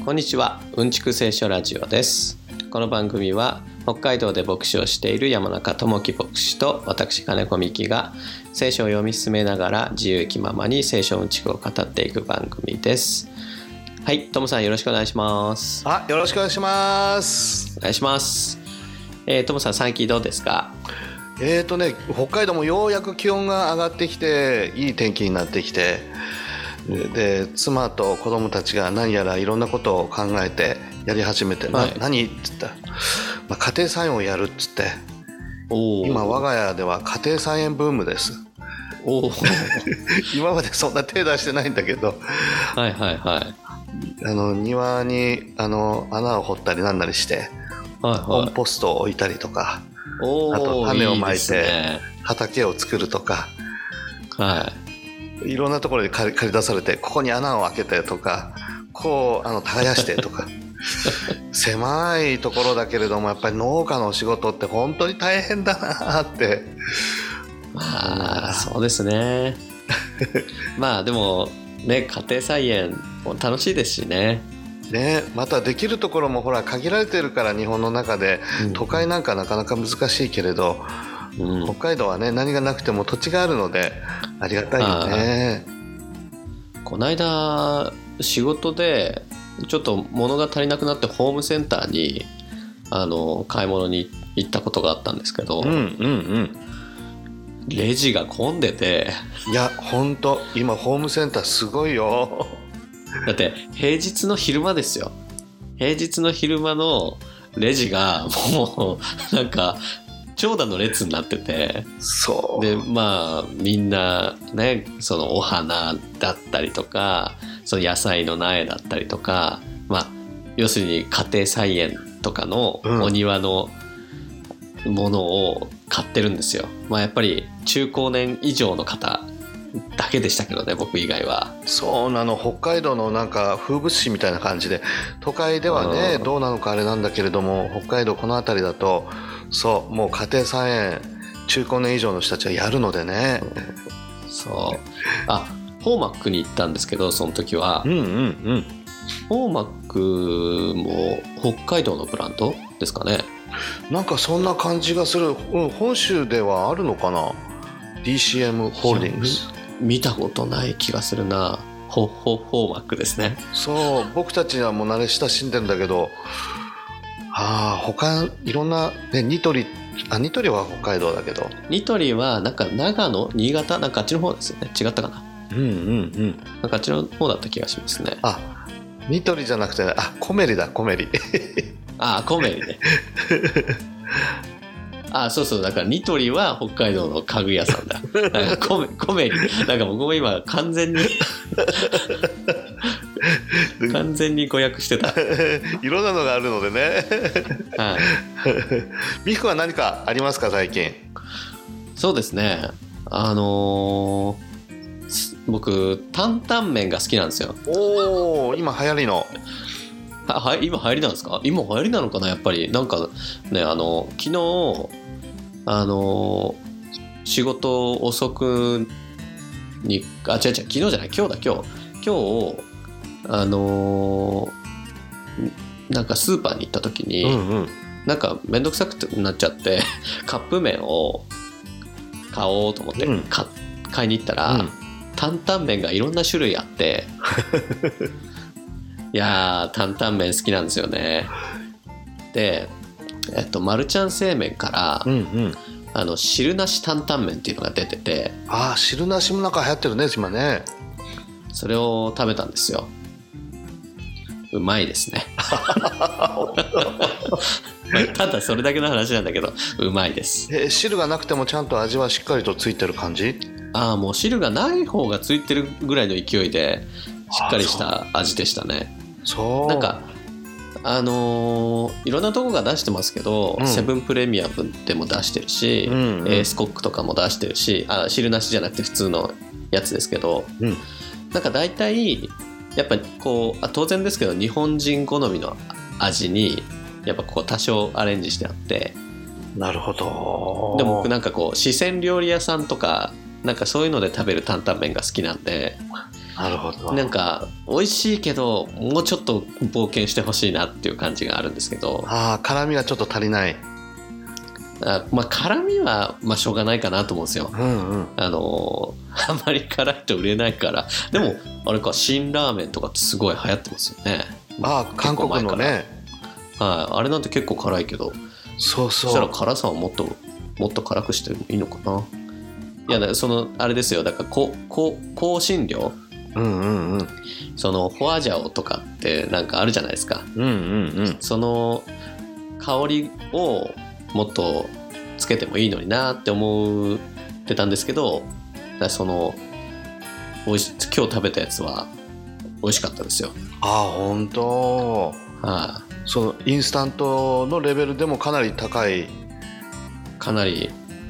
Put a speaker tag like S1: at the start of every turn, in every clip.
S1: こんにちは、うんちく聖書ラジオです。この番組は北海道で牧師をしている山中智樹牧師と私金子美希が聖書を読み進めながら自由気ままに聖書うんちくを語っていく番組です。はい、トムさんよろしくお願いします。
S2: よろしくお願いします。
S1: お願いします。トムさん最近どうですか？
S2: 北海道もようやく気温が上がってきていい天気になってきて、で妻と子供たちが何やらいろんなことを考えてやり始めて、何って言ったら、家庭菜園をやるっつって、今我が家では家庭菜園ブームです。今までそんな手出してないんだけど、庭に穴を掘ったりなんなりして、コンポストを置いたりとか、あと種をまいて畑を作るとか、いろんなところに借り出されて、ここに穴を開けてとか、こう耕してとか狭いところだけれどもやっぱり農家の仕事って本当に大変だなって。
S1: そうですねでもね、家庭菜園楽しいですしね。
S2: またできるところもほら限られてるから、日本の中で、都会なんかなかなか難しいけれど、北海道はね、何がなくても土地があるのでありがたいよね。
S1: この間仕事でちょっと物が足りなくなってホームセンターに買い物に行ったことがあったんですけど、レジが混んでて、
S2: いや本当今ホームセンターすごいよ。
S1: だって平日の昼間ですよ。平日の昼間のレジがもうなんか長蛇の列になってて、でみんなね、そのお花だったりとか、その野菜の苗だったりとか、要するに家庭菜園とかのお庭のものを買ってるんですよ。やっぱり中高年以上の方だけでしたけどね、僕以外は。
S2: そうなの、北海道のなんか風物詩みたいな感じで、都会ではね、どうなのかあれなんだけれども、北海道この辺りだともう家庭菜園中高年以上の人たちはやるのでね。
S1: ホーマックに行ったんですけど、その時は、ホーマックも北海道のブランドですかね。
S2: なんかそんな感じがする。本州ではあるのかな、 DCM ホールディングス。
S1: 見たことない気がするな。ホーマックですね。
S2: 僕たちはもう慣れ親しんでるんだけど、他いろんな、ニトリは北海道だけど、
S1: ニトリはなんか長野、新潟、なんかあっちの方ですよね。違ったかな。なんかあっちの方だった気がしますね。
S2: ニトリじゃなくて、コメリだ、コメリ。
S1: コメリね。そうだからニトリは北海道の家具屋さんだ。なんかコメリ、なんか僕も今完全に誤訳してた。
S2: いろんなのがあるのでね。ミクは何かありますか、最近？
S1: そうですね、僕担々麺が好きなんですよ。
S2: 今流行りの。
S1: 今流行りなんですか？今流行りなのかな、やっぱり。なんかね、昨日仕事遅くに昨日じゃない、今日なんかスーパーに行った時に、なんかめんどくさくなっちゃってカップ麺を買おうと思って、買いに行ったら、担々麺がいろんな種類あっていやー、担々麺好きなんですよね。で、マルちゃん製麺から、汁なし担々麺っていうのが出てて、
S2: 汁なしもなんか流行ってるね今ね。
S1: それを食べたんですよ。うまいですねただそれだけの話なんだけど、うまいです。
S2: 汁がなくてもちゃんと味はしっかりとついてる感じ？
S1: もう汁がない方がついてるぐらいの勢いでしっかりした味でしたね。なんかいろんなとこが出してますけど、セブンプレミアムでも出してるし、エースコックとかも出してるし、汁なしじゃなくて普通のやつですけど、なんか大体やっぱこう当然ですけど日本人好みの味にやっぱこう多少アレンジしてあって。
S2: なるほど。
S1: でも僕なんかこう四川料理屋さんとかなんかそういうので食べる担々麺が好きなんで、
S2: なるほど。
S1: なんか美味しいけどもうちょっと冒険してほしいなっていう感じがあるんですけど、
S2: 辛みがちょっと足りない。
S1: まあ辛みはまあしょうがないかなと思うんですよ。あまり辛いと売れないから。でもあれか、辛ラーメンとかってすごい流行ってますよね。
S2: 韓国のね。
S1: あれなんて結構辛いけど、
S2: そ
S1: したら辛さをもっと辛くしてもいいのかな。いや、あれですよ、だから香辛料、そのホアジャオとかってなんかあるじゃないですか。その香りをもっとつけてもいいのになって思ってたんですけど、今日食べたやつは美味しかったですよ。
S2: 本当。そのインスタントのレベルでもかなり高い。
S1: かなり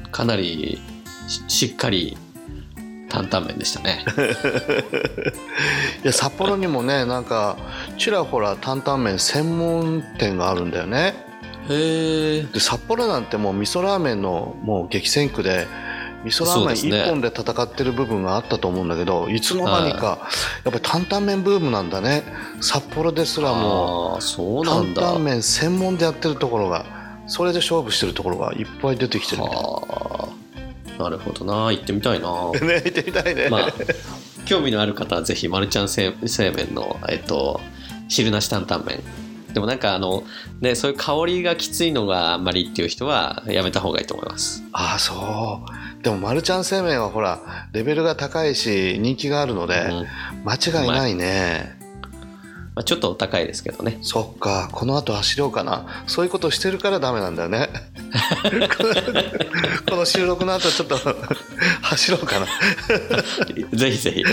S1: しっかり担々麺でしたね。
S2: いや、札幌にもね、なんかちらほら担々麺専門店があるんだよね。で札幌なんてもう味噌ラーメンのもう激戦区で、味噌ラーメン一本で戦ってる部分があったと思うんだけど、いつの間にかやっぱり担々麺ブームなんだね。札幌ですらも担々麺専門でやってるところが、それで勝負してるところがいっぱい出てきてる。
S1: なるほどな、行ってみたいな。
S2: ね、行ってみたいね。
S1: 興味のある方はぜひマルちゃん製麺の汁なし担々麺。でもなんかね、そういう香りがきついのがあんまりっていう人はやめた方がいいと思います。
S2: そう。でもマルちゃん製麺はほらレベルが高いし人気があるので、間違いないね。
S1: ちょっとお高いですけどね。
S2: そっか、この後走ろうかな。そういうことしてるからダメなんだよね。この収録の後ちょっと走ろうかな。
S1: ぜひぜひ。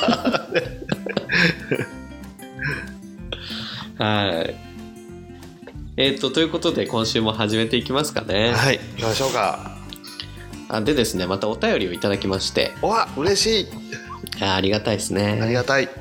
S1: はい。ということで今週も始めていきますかね。
S2: はい、行きましょうか。
S1: でですね、またお便りをいただきまして。
S2: 嬉しい。
S1: ありがたいですね。
S2: ありがたい。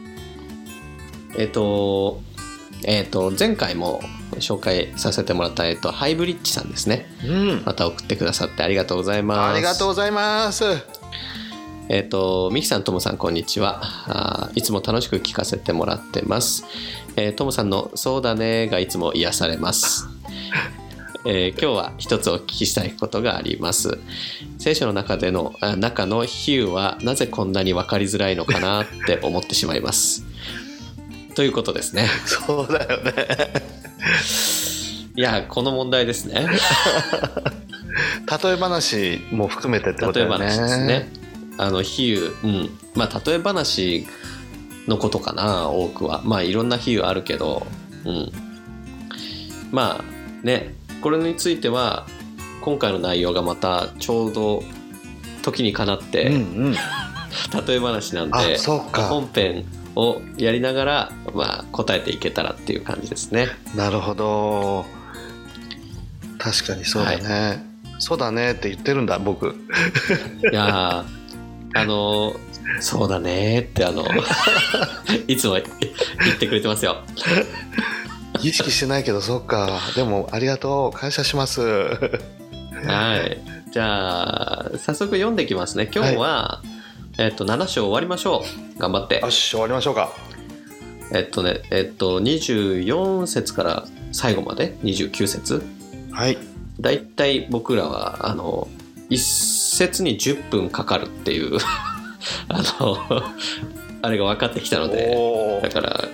S1: 前回も紹介させてもらった、ハイブリッジさんですね。また送ってくださってありがとうございます。
S2: ありがとうございます。
S1: ミキさん、トムさん、こんにちは。いつも楽しく聞かせてもらってます。トムさんのそうだねがいつも癒されます。今日は一つお聞きしたいことがあります。聖書の中の比喩はなぜこんなに分かりづらいのかなって思ってしまいます。ということですね。
S2: そうだよね。
S1: いや、この問題ですね。
S2: 例え話も含めてってことだよね。
S1: 例え話ですね。比喩、例え話のことかな、多くは。いろんな比喩あるけど、ね、これについては今回の内容がまたちょうど時にかなって、例え話なんで、本編をやりながら、答えていけたらっていう感じですね。
S2: なるほど。確かにそうだね。そうだねって言ってるんだ、僕。
S1: いやそうだねっていつも言ってくれてますよ。
S2: 意識してないけど、そっか。でもありがとう、感謝します。
S1: はい。じゃあ早速読んでいきますね。今日は、7章終わりましょう。頑張って。
S2: よし、終わりましょうか。
S1: 24節から最後まで29節。
S2: はい。
S1: だいたい僕らは1節に10分かかるっていうあれが分かってきたので、だから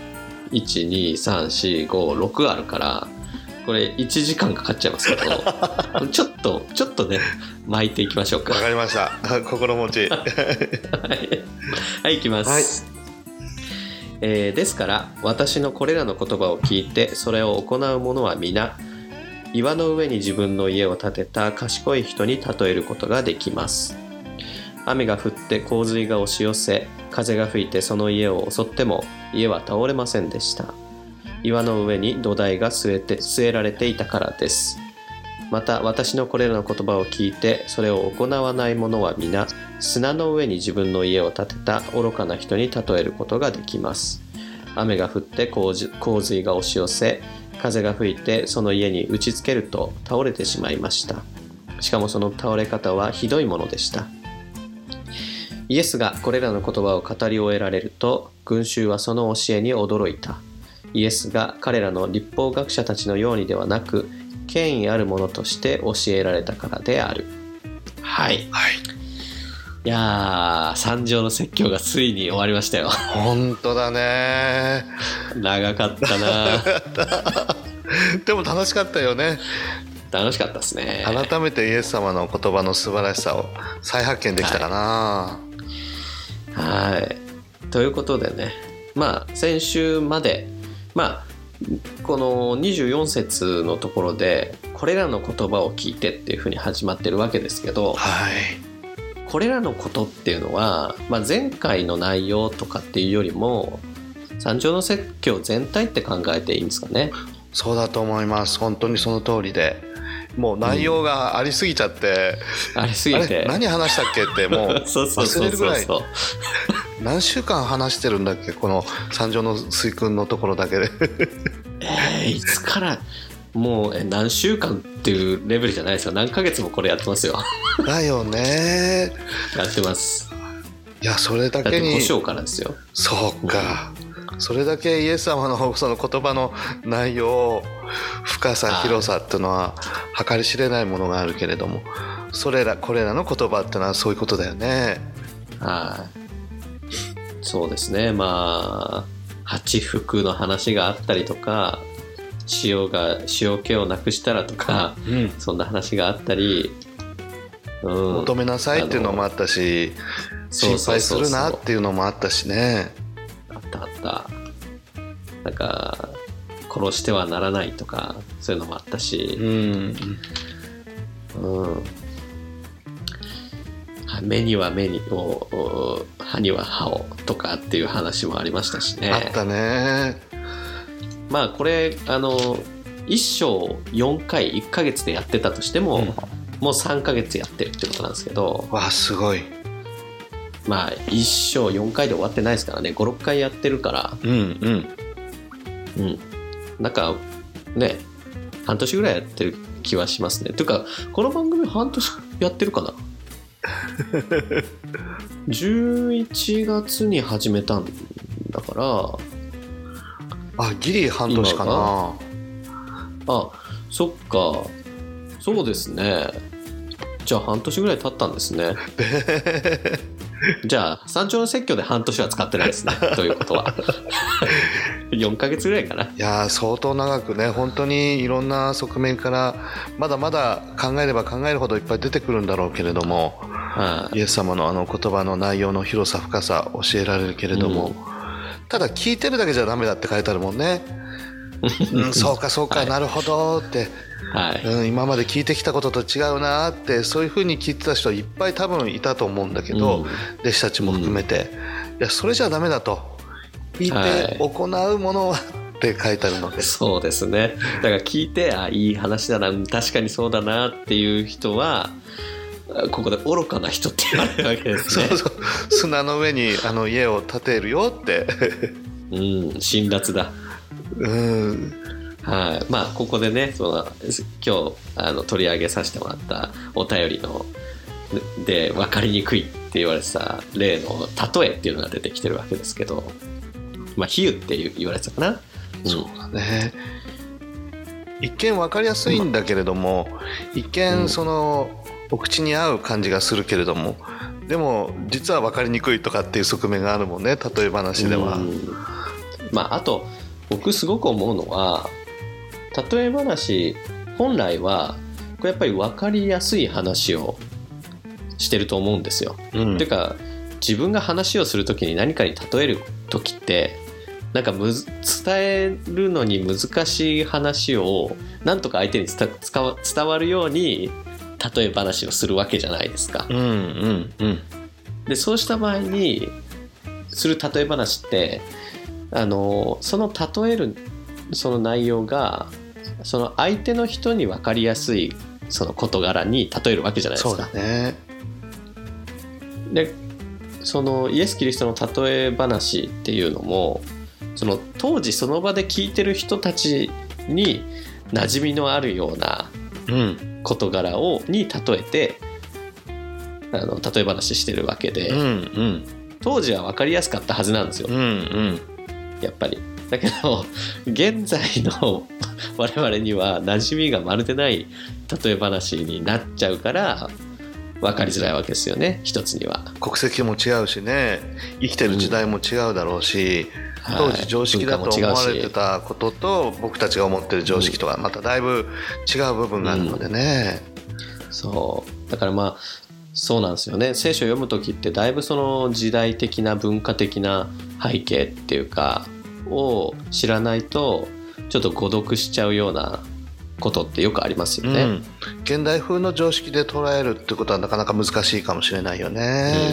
S1: 12345あるからこれ1時間かかっちゃいますけどちょっとね巻いていきましょうか。
S2: わかりました。心持ち。
S1: はい、いきます。ですから私のこれらの言葉を聞いてそれを行う者は皆岩の上に自分の家を建てた賢い人に例えることができます。雨が降って洪水が押し寄せ、風が吹いてその家を襲っても家は倒れませんでした。岩の上に土台が据えられていたからです。また私のこれらの言葉を聞いてそれを行わない者は皆砂の上に自分の家を建てた愚かな人に例えることができます。雨が降って洪水が押し寄せ、風が吹いてその家に打ちつけると倒れてしまいました。しかもその倒れ方はひどいものでした。 イエスがこれらの言葉を語り終えられると、群衆はその教えに驚いた。イエスが彼らの律法学者たちのようにではなく、権威あるものとして教えられたからである。はい。
S2: はい。
S1: いやー、三条の説教がついに終わりましたよ。
S2: 本当だね。
S1: 長かったな。
S2: でも楽しかったよね。
S1: 楽しかったですね。
S2: 改めてイエス様の言葉の素晴らしさを再発見できたかな。
S1: はい。ということでね、まあ先週まで、まあこの24節のところでこれらの言葉を聞いてっていうふうに始まってるわけですけど、
S2: はい。
S1: これらのことっていうのは、まあ、前回の内容とかっていうよりも三条の説教全体って考えていいんですかね。
S2: そうだと思います。本当にその通りで、もう内容がありすぎちゃって、
S1: ありすぎて
S2: 何話したっけってもう忘れるぐらい。何週間話してるんだっけ、この三条の水訓のところだけで。
S1: いつからもう何週間っていうレベルじゃないですよ。何ヶ月もこれやってますよ。
S2: だよね。
S1: やってます。
S2: いや、それだけに。
S1: だって古書からですよ。
S2: そうか。それだけイエス様のその言葉の内容、深さ、広さっていうのは計り知れないものがあるけれども、これらの言葉っていうのはそういうことだよね。
S1: はい。そうですね。まあ八福の話があったりとか、塩気をなくしたらとか、そんな話があったり、
S2: 求めなさいっていうのもあったし、心配するなっていうのもあったしね。
S1: あったなんか殺してはならないとかそういうのもあったし、目には目を歯には歯をとかっていう話もありましたしね。
S2: あったね。
S1: まあこれ1章4回1ヶ月でやってたとしても、もう3ヶ月やってるってことなんですけど、
S2: わあすごい。
S1: まあ1章4回で終わってないですからね。 5,6 回やってるから、なんかね半年ぐらいやってる気はしますね。というかこの番組半年やってるかな。11月に始めたんだから、
S2: ギリ半年かな。
S1: そっか、そうですね。じゃあ半年ぐらい経ったんですね。じゃあ山頂の説教で半年は使ってないですね。ということは4ヶ月ぐらいかな。い
S2: や相当長くね、本当にいろんな側面からまだまだ考えれば考えるほどいっぱい出てくるんだろうけれども、イエス様の言葉の内容の広さ深さ教えられるけれども、ただ聞いてるだけじゃダメだって書いてあるもんね。そうかそうか、なるほどって、今まで聞いてきたことと違うなって、そういう風に聞いてた人いっぱい多分いたと思うんだけど、弟子たちも含めて、いやそれじゃダメだと、聞いて行うものはって書いてあるので、
S1: そうですね。だから聞いていい話だな、確かにそうだなっていう人はここで愚かな人って言われるわけですね。
S2: そう砂の上に家を建てるよって
S1: 辛辣だ。まあここでね、今日取り上げさせてもらったお便りので分かりにくいって言われてた例の例えっていうのが出てきてるわけですけど、まあ比喩って言われてたかな。
S2: そうだね。一見分かりやすいんだけれども、一見お口に合う感じがするけれども、でも実は分かりにくいとかっていう側面があるもんね、例え話では。
S1: あと僕すごく思うのは、例え話本来はこれやっぱり分かりやすい話をしてると思うんですよ。てか自分が話をするときに何かに例えるときってなんか伝えるのに難しい話をなんとか相手に伝わるように例え話をするわけじゃないですか。でそうした場合にする例え話ってその例えるその内容がその相手の人に分かりやすいその事柄に例えるわけじゃないですか。
S2: そうだね。
S1: でそのイエス・キリストの例え話っていうのもその当時その場で聞いてる人たちに馴染みのあるような事柄に例えて例え話してるわけで、
S2: うんうん、
S1: 当時は分かりやすかったはずなんですよ、
S2: うんうん、
S1: やっぱり。だけど現在の我々には馴染みがまるでない例え話になっちゃうから分かりづらいわけですよね、一つには。
S2: 国籍も違うしね、生きてる時代も違うだろうし、当時常識だと思われてたことと僕たちが思ってる常識とはまただいぶ違う部分があるのでね、
S1: そうだからまあそうなんですよね。聖書を読む時ってだいぶその時代的な文化的な背景っていうかを知らないとちょっと誤読しちゃうようなことってよくありますよね、
S2: 現代風の常識で捉えるってことはなかなか難しいかもしれないよね、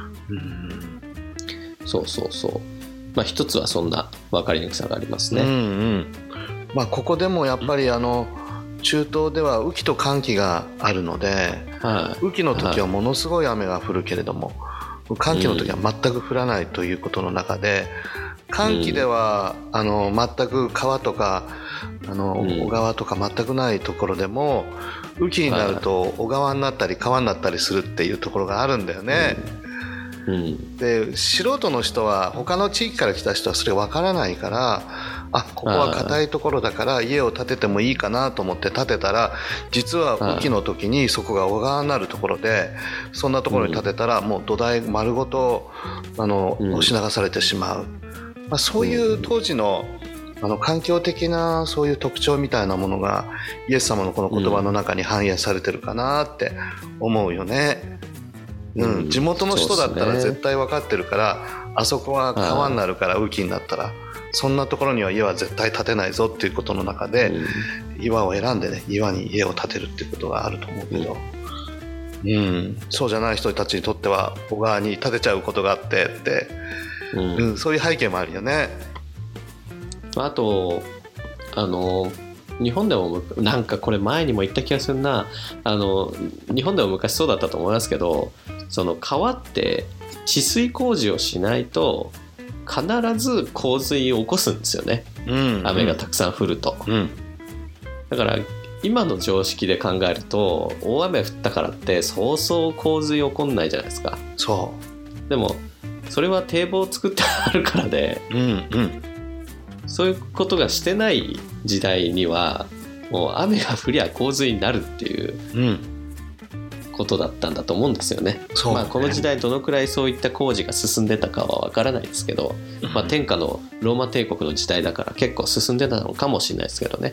S1: そうそうそう。まあ一つはそんな分かりにくさがありますね、
S2: まあ、ここでもやっぱり中東では雨季と乾季があるので、雨季の時はものすごい雨が降るけれども、乾季の時は全く降らないということの中で、乾季では全く川とか小川とか全くないところでも雨季になると小川になったり川になったりするっていうところがあるんだよね、で素人の人は他の地域から来た人はそれ分からないから、ここは硬いところだから家を建ててもいいかなと思って建てたら、実は雨季の時にそこが小川になるところで、そんなところに建てたらもう土台丸ごと押し流されてしまう、そういう当時の環境的なそういう特徴みたいなものがイエス様のこの言葉の中に反映されてるかなって思うよね、地元の人だったら絶対分かってるから、あそこは川になるから雨季になったらそんなところには家は絶対建てないぞっていうことの中で、岩を選んでね、岩に家を建てるっていうことがあると思うけど、そうじゃない人たちにとっては小川に建てちゃうことがあってって、そういう背景もあるよね。
S1: あと日本でもなんかこれ前にも言った気がするな、日本でも昔そうだったと思いますけど、その川って治水工事をしないと必ず洪水を起こすんですよね、雨がたくさん降ると、だから今の常識で考えると大雨降ったからってそうそう洪水起こんないじゃないですか。でもそれは堤防を作ってあるからで、そういうことがしてない時代にはもう雨が降りゃ洪水になるっていうことだったんだと思うんですよね。この時代どのくらいそういった工事が進んでたかはわからないですけど、天下のローマ帝国の時代だから結構進んでたのかもしれないですけどね。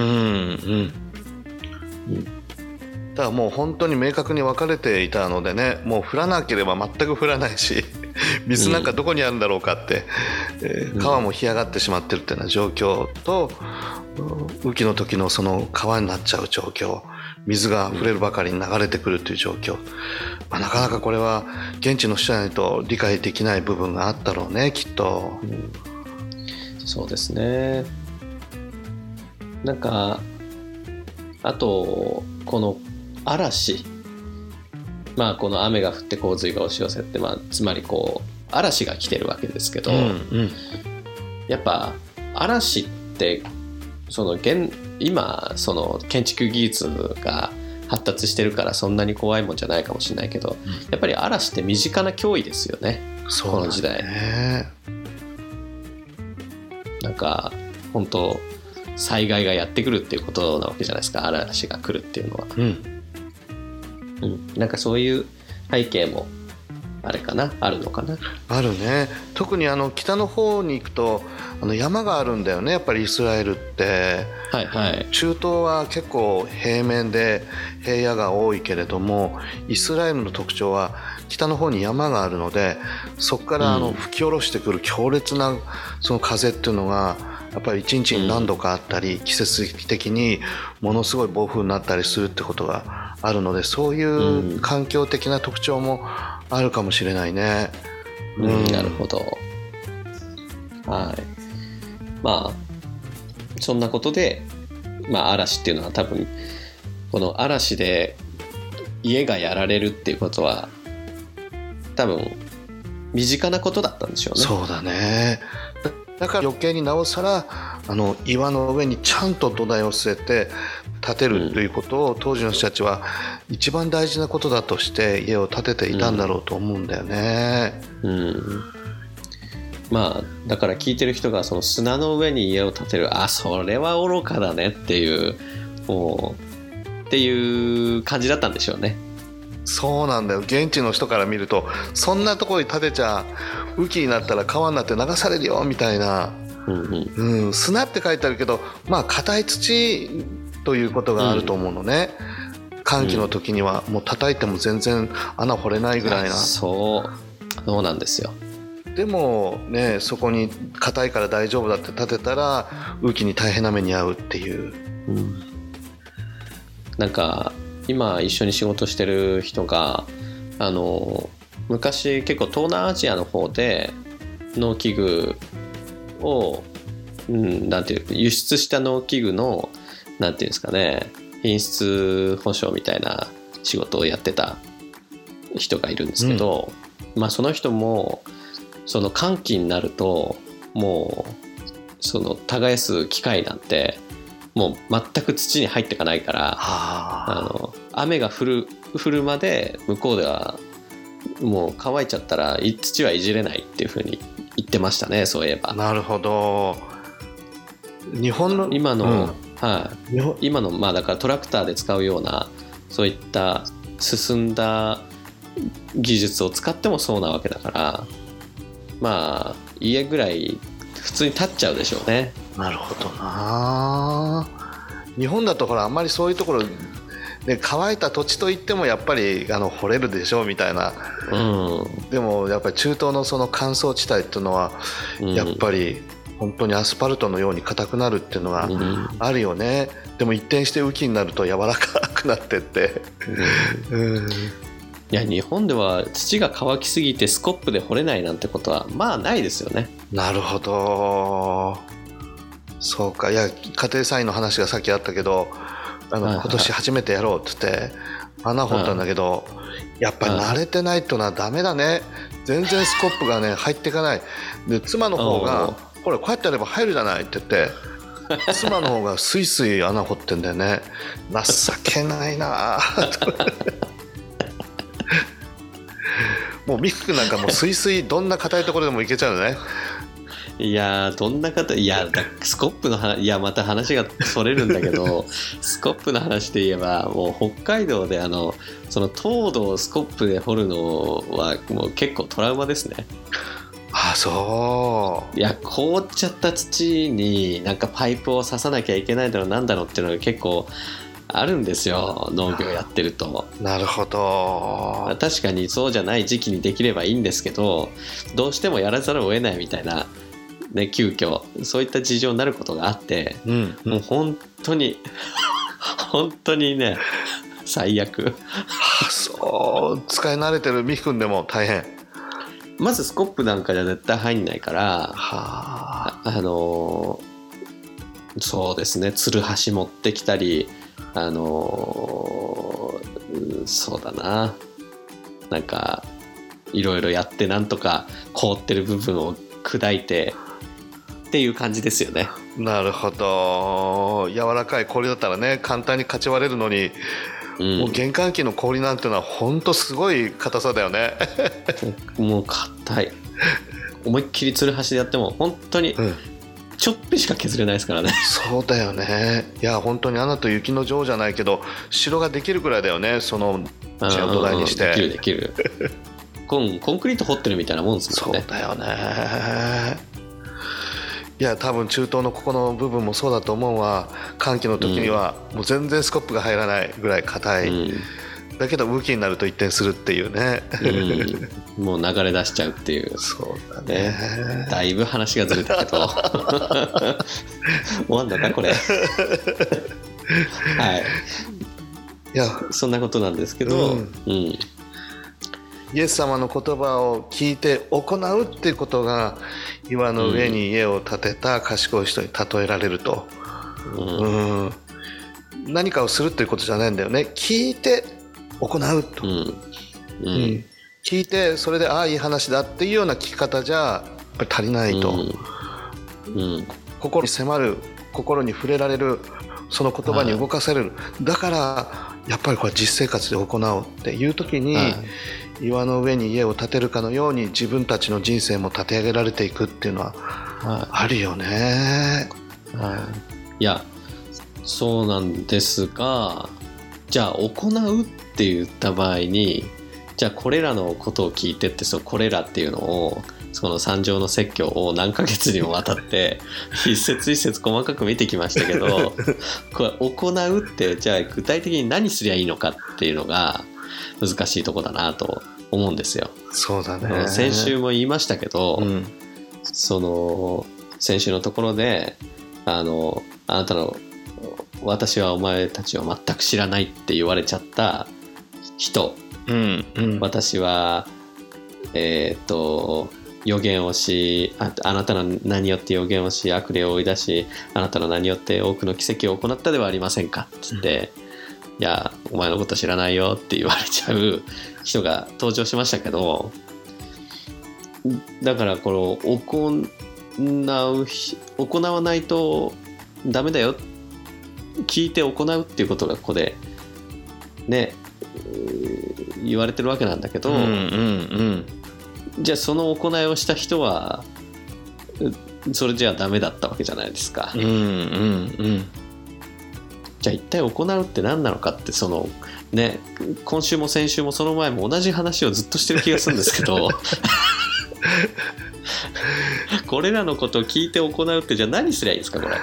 S2: だからもう本当に明確に分かれていたのでね、もう降らなければ全く降らないし水なんかどこにあるんだろうかって、川も干上がってしまってるっていうような状況と、雨季の時のその川になっちゃう状況、水が溢れるばかりに流れてくるという状況、なかなかこれは現地の人じゃないと理解できない部分があったろうね、きっと。
S1: そうですね。なんかあとこの嵐、この雨が降って洪水が押し寄せて、つまりこう嵐が来てるわけですけど、やっぱ嵐って今その建築技術が発達してるからそんなに怖いもんじゃないかもしれないけど、やっぱり嵐って身近な脅威ですよね、この時代。なんか本当災害がやってくるっていうことなわけじゃないですか、嵐が来るっていうのは。なんかそういう背景もあるのかな。
S2: あるね。特に北の方に行くと山があるんだよね、やっぱりイスラエルって、中東は結構平面で平野が多いけれども、イスラエルの特徴は北の方に山があるので、そこから吹き下ろしてくる強烈なその風っていうのがやっぱり一日に何度かあったり、季節的にものすごい暴風になったりするってことがあるので、そういう環境的な特徴もあるかもしれないね。
S1: なるほど。そんなことで、嵐っていうのは多分この嵐で家がやられるっていうことは多分身近なことだったんでしょうね。
S2: そうだね。 だから余計になおさら岩の上にちゃんと土台を据えて建てるということを当時の人たちは一番大事なことだとして家を建てていたんだろうと思うんだよね。
S1: まあだから聞いてる人がその砂の上に家を建てる、それは愚かだねっていうっていう感じだったんでしょうね。
S2: そうなんだよ。現地の人から見るとそんなところに建てちゃ雨季になったら川になって流されるよみたいな、砂って書いてあるけど硬い土ということがあると思うのね。乾季の時にはもう叩いても全然穴掘れないぐらいな。
S1: そうなんですよ。
S2: でもね、そこに硬いから大丈夫だって建てたら雨季に大変な目に遭うっていう、
S1: なんか今一緒に仕事してる人が昔結構東南アジアの方で農機具を、なんていう輸出した農機具のなんていうんですかね、品質保証みたいな仕事をやってた人がいるんですけど、その人もその乾季になるともうその耕す機械なんてもう全く土に入っていかないから、雨が降るまで向こうではもう乾いちゃったら土はいじれないっていう風に言ってましたね。そういえば。
S2: なるほど。日本の
S1: 今の、今のだからトラクターで使うようなそういった進んだ技術を使ってもそうなわけだから、家ぐらい普通に建っちゃうでしょうね。
S2: なるほどな。日本だとほらあんまりそういうところで乾いた土地といってもやっぱり掘れるでしょうみたいな、でもやっぱり中東のその乾燥地帯っていうのはやっぱり本当にアスファルトのように硬くなるっていうのがあるよね。でも一転して雨季になると柔らかくなってって、
S1: いや日本では土が乾きすぎてスコップで掘れないなんてことはないですよね。
S2: なるほど。そうか。いや家庭菜園の話がさっきあったけど今年初めてやろうって言って穴掘ったんだけど、やっぱり慣れてないってのはダメだね。全然スコップがね入っていかないで、妻の方がこれこうやってやれば入るじゃないって言って妻の方がスイスイ穴掘ってんだよね。情けないなもうミク君なんかもうスイスイどんな硬いところでもいけちゃうのね。
S1: いやどんな方、スコップの話、また話がそれるんだけどスコップの話で言えばもう北海道でその凍土をスコップで掘るのはもう結構トラウマですね。そう。凍っちゃった土になんかパイプを刺さなきゃいけないだろうなんだろうっていうのが結構あるんですよ、農業やってると。
S2: なるほど。
S1: 確かにそうじゃない時期にできればいいんですけど、どうしてもやらざるを得ないみたいなね、急遽そういった事情になることがあって、もう本当に本当にね最悪
S2: そう使い慣れてるミキ君でも大変。
S1: まずスコップなんかじゃ絶対入んないから、そうですね、つるはし持ってきたりそうだな、なんかいろいろやってなんとか凍ってる部分を砕いてっていう感じですよね。
S2: なるほど。柔らかい氷だったらね簡単にかち割れるのに、もう玄関機の氷なんてのは本当すごい硬さだよね
S1: もう硬い。思いっきりつるはしでやっても本当にちょっぴしか削れないですからね。
S2: そうだよね。いや本当にアナと雪の女王じゃないけど城ができるくらいだよね、その土台にして。
S1: できるコンクリート掘ってるみたいなもんですもんね。
S2: そうだよね。いや多分中東のここの部分もそうだと思うわ。乾季の時にはもう全然スコップが入らないぐらい硬い、だけど雨季になると一転するっていうね、
S1: もう流れ出しちゃうっていう。
S2: そうだね。
S1: だいぶ話がずれたけど終わんのかこれはい。いやそんなことなんですけど、
S2: イエス様の言葉を聞いて行うっていうことが岩の上に家を建てた賢い人に例えられると、何かをするっていうことじゃないんだよね。聞いて行うと、聞いてそれでいい話だっていうような聞き方じゃやっぱり足りないと、
S1: うん、
S2: 心に迫る、心に触れられる、その言葉に動かされる、はい、だからやっぱりこれ実生活で行おうっていう時に、はい、岩の上に家を建てるかのように自分たちの人生も立て上げられていくっていうのはあるよね、
S1: はいはい、いやそうなんですが、じゃあ行うって言った場合に、じゃあこれらのことを聞いてって、これらっていうのをその三条の説教を何ヶ月にもわたって一節一節細かく見てきましたけどこれ行うってじゃあ具体的に何すりゃいいのかっていうのが難しいとこだなと思うんですよ。
S2: そうだね。
S1: 先週も言いましたけど、うん、その先週のところであなたの私はお前たちを全く知らないって言われちゃった人、うんうん、私は予言をし、あなたの名によって予言をし、悪霊を追い出し、あなたの名によって多くの奇跡を行ったではありませんかって言って、いやお前のこと知らないよって言われちゃう人が登場しましたけど、だからこの行わないとダメだよ、聞いて行うっていうことがここでね言われてるわけなんだけど、うんうんうん、じゃあその行いをした人はそれじゃあダメだったわけじゃないですか、うんうんうん、じゃあ一体行うって何なのかって、そのね、今週も先週もその前も同じ話をずっとしてる気がするんですけどこれらのことを聞いて行うってじゃあ何すりゃいいんですかこれ。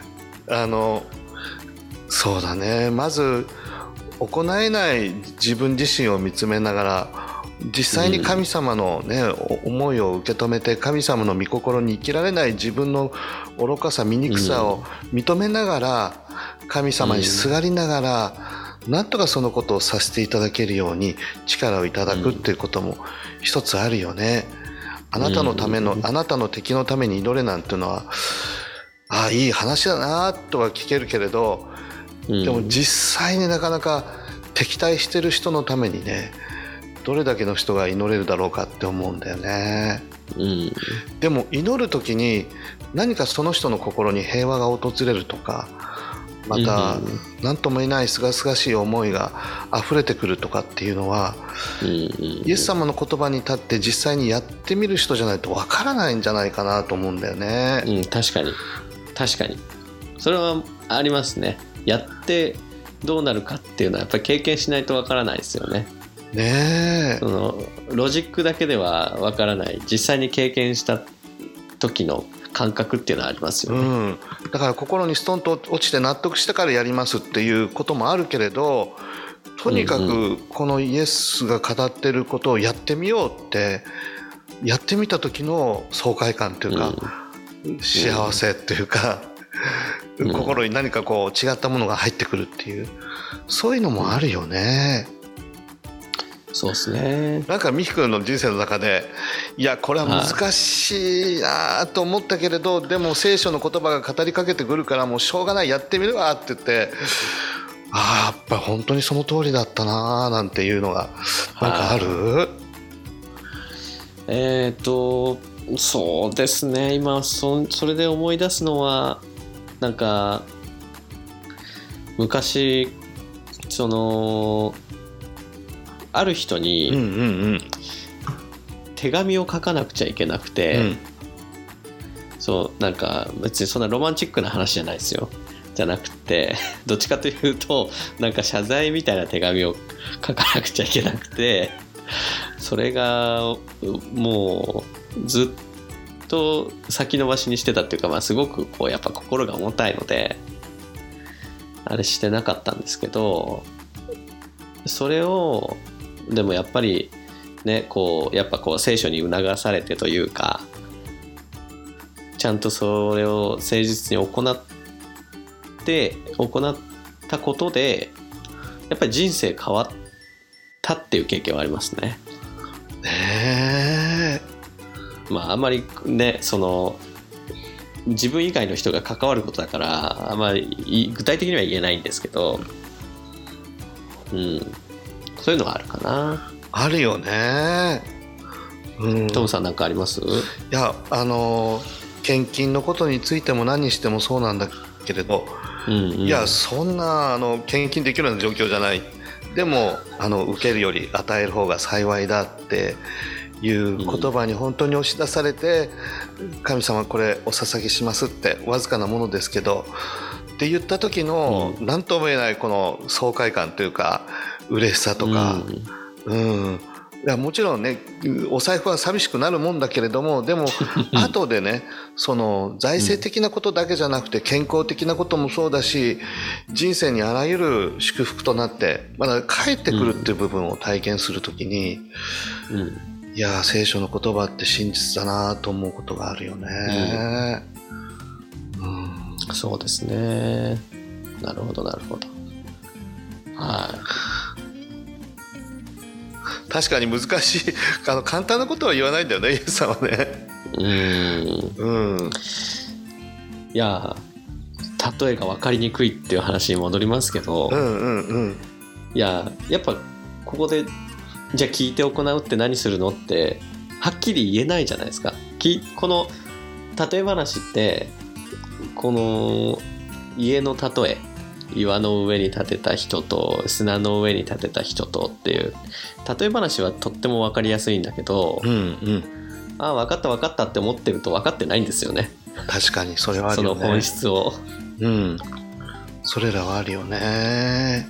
S2: そうだね、まず行えない自分自身を見つめながら実際に神様の、ね、思いを受け止めて、神様の御心に生きられない自分の愚かさ醜さを認めながら、神様にすがりながら、なんとかそのことをさせていただけるように力をいただくっていうことも一つあるよね。あなたのための、あなたの敵のために祈れなんていうのは、ああいい話だなとは聞けるけれど、でも実際になかなか敵対してる人のためにね、どれだけの人が祈れるだろうかって思うんだよね、うん、でも祈る時に何かその人の心に平和が訪れるとか、また何とも言えない清々しい思いが溢れてくるとかっていうのは、イエス様の言葉に立って実際にやってみる人じゃないとわからないんじゃないかなと思うんだよね、
S1: うん、確かにそれはありますね。やってどうなるかっていうのはやっぱり経験しないとわからないですよね。
S2: ねえ、
S1: そのロジックだけではわからない、実際に経験した時の感覚っていうのはありますよね、うん、
S2: だから心にストンと落ちて納得してからやりますっていうこともあるけれど、とにかくこのイエスが語ってることをやってみようって、やってみた時の爽快感っていうか、幸せっていうか、心に何かこう違ったものが入ってくるっていう、そういうのもあるよね。
S1: そうですね。
S2: なんかミヒ君の人生の中で、いやこれは難しいなと思ったけれど、でも聖書の言葉が語りかけてくるからもうしょうがない、やってみるわって言って、やっぱ本当にその通りだったななんていうのがなんかある？
S1: そうですね、今それで思い出すのは、なんか昔そのある人に手紙を書かなくちゃいけなくて、そうなんか別にそんなロマンチックな話じゃないですよ、じゃなくてどっちかというとなんか謝罪みたいな手紙を書かなくちゃいけなくて、それがもうずっと先延ばしにしてたっていうか、すごくこうやっぱ心が重たいのであれしてなかったんですけど、それをでもやっぱりね、こうやっぱこう聖書に促されてというか、ちゃんとそれを誠実に行ったことでやっぱり人生変わったっていう経験はありますね。あんまりね、その自分以外の人が関わることだからあんまり具体的には言えないんですけど、そういうのがあるかな。
S2: あるよね。
S1: トムさんなんかあります？い
S2: や献金のことについても何にしてもそうなんだけれど、いやそんな献金できるような状況じゃない、でも受けるより与える方が幸いだっていう言葉に本当に押し出されて、神様これお捧げしますって、わずかなものですけどって言った時の何とも言えないこの爽快感というか嬉しさとか、いやもちろんねお財布は寂しくなるもんだけれども、でも後でねその財政的なことだけじゃなくて健康的なこともそうだし、人生にあらゆる祝福となってまだ帰ってくるっていう部分を体験するときに、いや聖書の言葉って真実だなと思うことがあるよね。
S1: そうですね。なるほどなるほど。はい。確
S2: かに難しい簡単なことは言わないんだよね、イエスさんはね。
S1: いや例えが分かりにくいっていう話に戻りますけど、いややっぱここでじゃあ聞いて行うって何するのってはっきり言えないじゃないですか。この例え話ってこの家の例え、岩の上に建てた人と砂の上に建てた人とっていう例え話はとっても分かりやすいんだけど、ああ分かった分かったって思ってると分かってないんですよね。
S2: 確かにそれはあるよね。
S1: その本質を。
S2: それらはあるよね。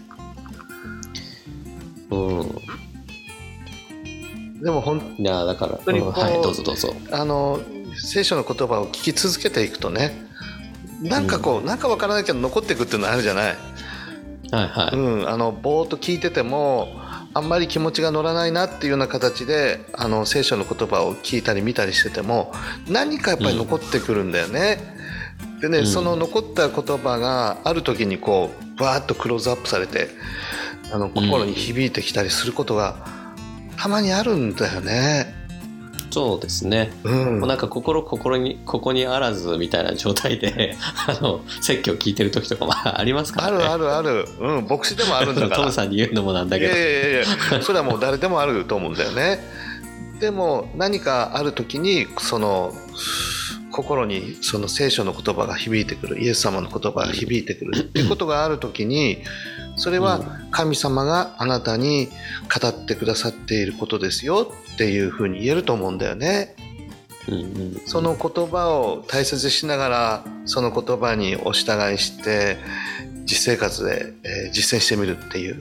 S2: でも
S1: いやだからはいどうぞどうぞ。
S2: 聖書の言葉を聞き続けていくとね、なんかなんか分からないけど残っていくっていうのあるじゃない。ぼーっと聞いててもあんまり気持ちが乗らないなっていうような形で聖書の言葉を聞いたり見たりしてても何かやっぱり残ってくるんだよね。でね、その残った言葉がある時にバーッとクローズアップされて心に響いてきたりすることがたまにあるんだよね。
S1: そうですね、もうなんかここにあらずみたいな状態で説教聞いてる時とかもありますからね。
S2: ある、牧師でもあるんだから
S1: トムさんに言うのもなんだけど、
S2: それはもう誰でもあると思うんだよね。でも何かある時にその心にその聖書の言葉が響いてくる、イエス様の言葉が響いてくるっていうことがある時に、それは神様があなたに語ってくださっていることですよっていうふうに言えると思うんだよね。その言葉を大切にしながらその言葉にお従いして実生活で実践してみるっていう、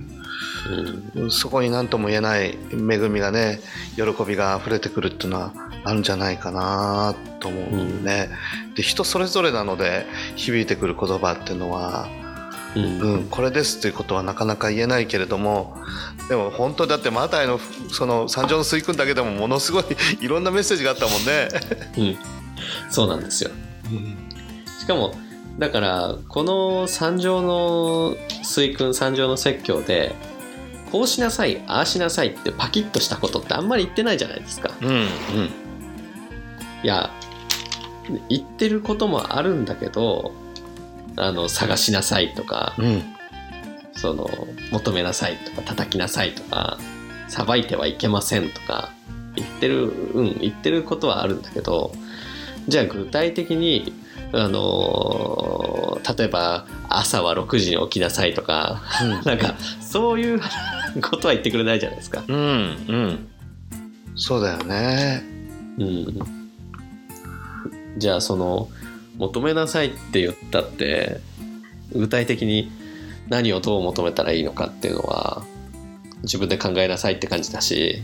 S2: そこに何とも言えない恵みがね、喜びが溢れてくるっていうのはあるんじゃないかなと思うね。で人それぞれなので響いてくる言葉っていうのはこれですということはなかなか言えないけれども、でも本当だってマタイのその三条の水訓だけでもものすごいいろんなメッセージがあったもんね。
S1: そうなんですよ。しかもだからこの三条の水訓、三条の説教でこうしなさいああしなさいってパキッとしたことってあんまり言ってないじゃないですか。いや言ってることもあるんだけど、探しなさいとか、その求めなさいとか叩きなさいとか裁いてはいけませんとか言ってることはあるんだけど、じゃあ具体的に例えば朝は6時に起きなさいとか、なんかそういうことは言ってくれないじゃないですか。
S2: そうだよね。
S1: じゃあその求めなさいって言ったって具体的に何をどう求めたらいいのかっていうのは自分で考えなさいって感じだし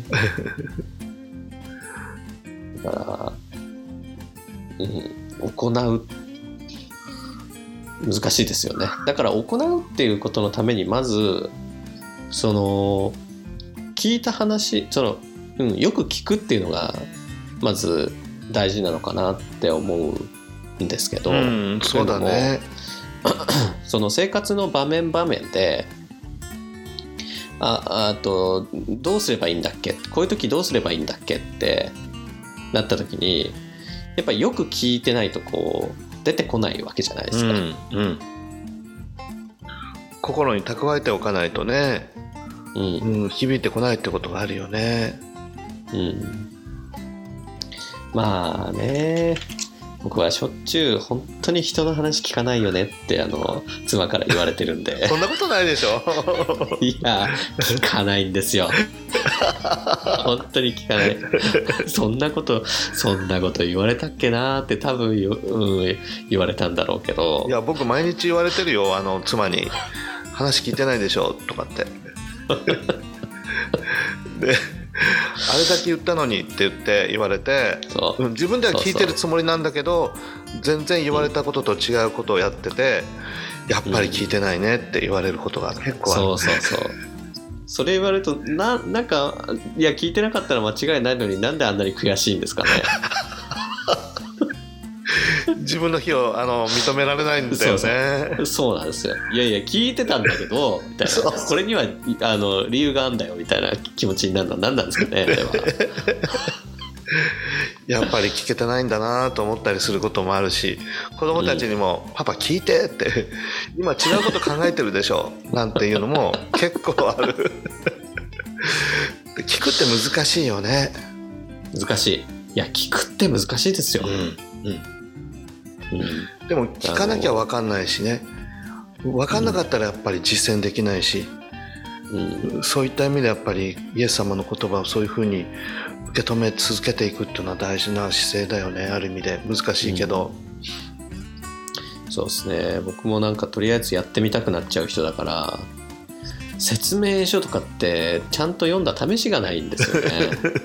S1: だから、行う難しいですよね。だから行うっていうことのためにまずその聞いた話よく聞くっていうのがまず大事なのかなって思うんですけど、
S2: そうだね。
S1: その生活の場面場面でどうすればいいんだっけ、こういう時どうすればいいんだっけってなった時にやっぱりよく聞いてないと出てこないわけじゃないですか。
S2: 心に蓄えておかないとね、響いてこないってことがあるよね。
S1: まあね、 僕はしょっちゅう本当に人の話聞かないよねって妻から言われてるんで
S2: そんなことないでしょ
S1: いや聞かないんですよ本当に聞かないそんなこと言われたっけなって多分言われたんだろうけど、
S2: いや僕毎日言われてるよ、妻に話聞いてないでしょとかってであれだけ言ったのにって言われて、自分では聞いてるつもりなんだけど、全然言われたことと違うことをやってて、やっぱり聞いてないねって言われることが結構ある、
S1: そうそれ言われるとなんかいや聞いてなかったら間違いないのになんであんなに悔しいんですかね
S2: 自分の非を認められないんだよね。
S1: そうなんですよ。いや聞いてたんだけどみたいなこれには理由があるんだよみたいな気持ちになるのは何なんですかね
S2: やっぱり聞けてないんだなと思ったりすることもあるし、子供たちにも、パパ聞いてって今違うこと考えてるでしょなんていうのも結構ある聞くって難しいよね。
S1: 難しい。いや聞くって難しいですよ、
S2: でも聞かなきゃ分かんないしね、分かんなかったらやっぱり実践できないし、そういった意味でやっぱりイエス様の言葉をそういうふうに受け止め続けていくっていうのは大事な姿勢だよね。ある意味で難しいけど、
S1: そうですね。僕もなんかとりあえずやってみたくなっちゃう人だから、説明書とかってちゃんと読んだ試しがないんですよね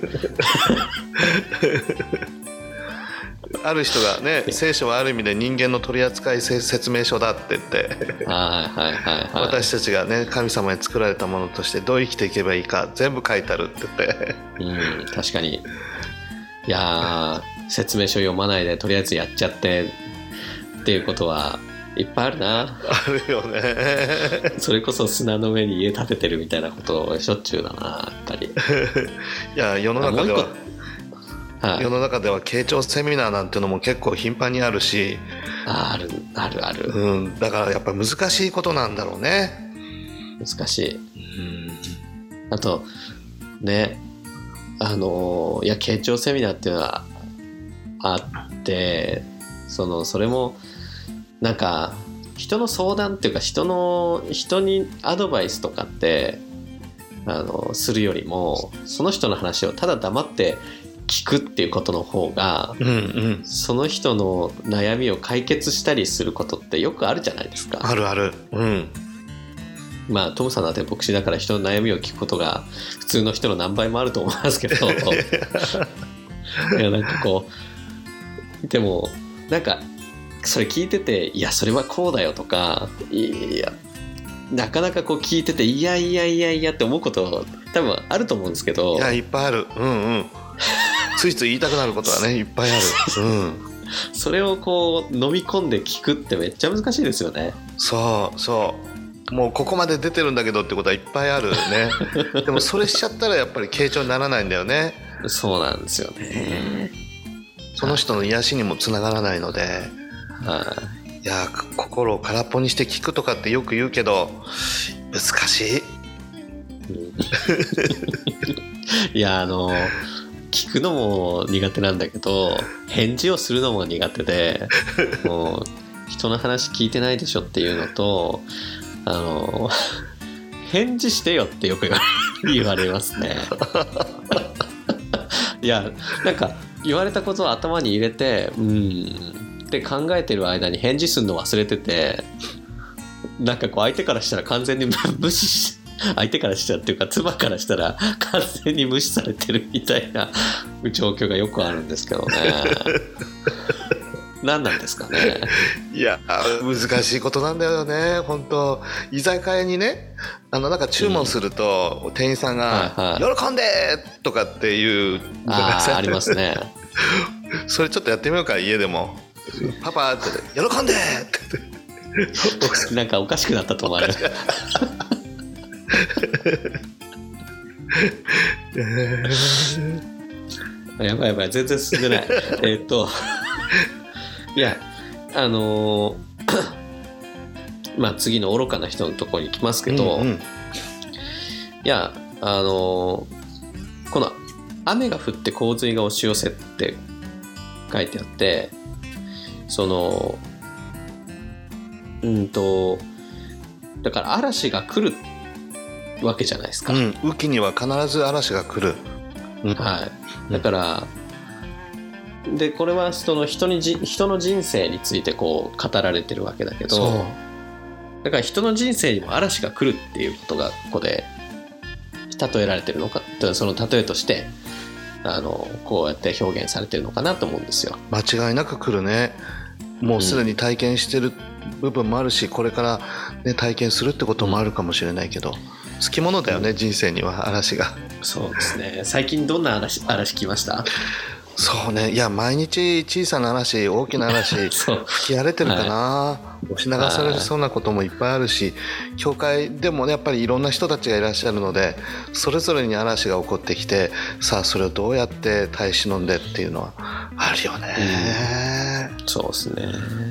S2: ある人がね、聖書はある意味で人間の取扱説明書だって言って私たちがね神様に作られたものとしてどう生きていけばいいか全部書いてあるって言って
S1: 確かに。いや説明書読まないでとりあえずやっちゃってっていうことはいっぱいあるな。
S2: あるよね
S1: それこそ砂の上に家建ててるみたいなことをしょっちゅうだなやっぱり
S2: いや世の中では慶長セミナーなんていうのも結構頻繁にあるし、
S1: ある、
S2: だからやっぱ難しいことなんだろうね。
S1: 難しい、あとねいや慶長セミナーっていうのはあってそれもなんか人の相談っていうか人にアドバイスとかってするよりもその人の話をただ黙って聞くっていうことの方が、その人の悩みを解決したりすることってよくあるじゃないですか。
S2: あるある。
S1: まあトムさんだって牧師だから人の悩みを聞くことが普通の人の何倍もあると思いますけどいやなんかこうでもなんかそれ聞いてていやそれはこうだよとかいやなかなかこう聞いてていやって思うこと多分あると思うんですけど、
S2: いやいっぱいある。ついつい言いたくなることはねいっぱいある。
S1: それをこう飲み込んで聞くってめっちゃ難しいですよね。
S2: そうもうここまで出てるんだけどってことはいっぱいあるねでもそれしちゃったらやっぱり傾聴にならないんだよね。
S1: そうなんですよね。
S2: その人の癒しにもつながらないので、いや心を空っぽにして聞くとかってよく言うけど難しい
S1: いや聞くのも苦手なんだけど返事をするのも苦手でもう人の話聞いてないでしょっていうのと返事してよってよく言われますねいやなんか言われたことを頭に入れてって考えてる間に返事するの忘れてて、なんかこう相手からしたら完全に無視相手からしたらっていうか妻からしたら完全に無視されてるみたいな状況がよくあるんですけどね何なんですかね。
S2: いや難しいことなんだよね本当。居酒屋にねなんか注文すると、店員さんが、喜んでとかっていう
S1: ありますね
S2: それちょっとやってみようか家でも。パパって喜んでって
S1: なんかおかしくなったと思われるやばい全然進んでないいやまあ次の愚かな人のところに行きますけど、いやこの雨が降って洪水が押し寄せって書いてあって、 そのだから嵐が来るわけじゃないですか。
S2: 雨季には必ず嵐が来る。
S1: はい。だから、でこれはその人の人生についてこう語られてるわけだけど、だから人の人生にも嵐が来るっていうことがここで例えられてるのか、その例えとしてこうやって表現されてるのかなと思うんですよ。
S2: 間違いなく来るね。もうすでに体験してる部分もあるし、これから、ね、体験するってこともあるかもしれないけど、つきものだよね、人生には嵐が。
S1: そうですね。最近どんな嵐来ました？
S2: そうね、いや毎日小さな嵐、大きな嵐吹き荒れてるかな、押し流されそうなこともいっぱいあるし、教会でもねやっぱりいろんな人たちがいらっしゃるので、それぞれに嵐が起こってきて、さあそれをどうやって耐え忍んでっていうのはあるよね。
S1: そうですね。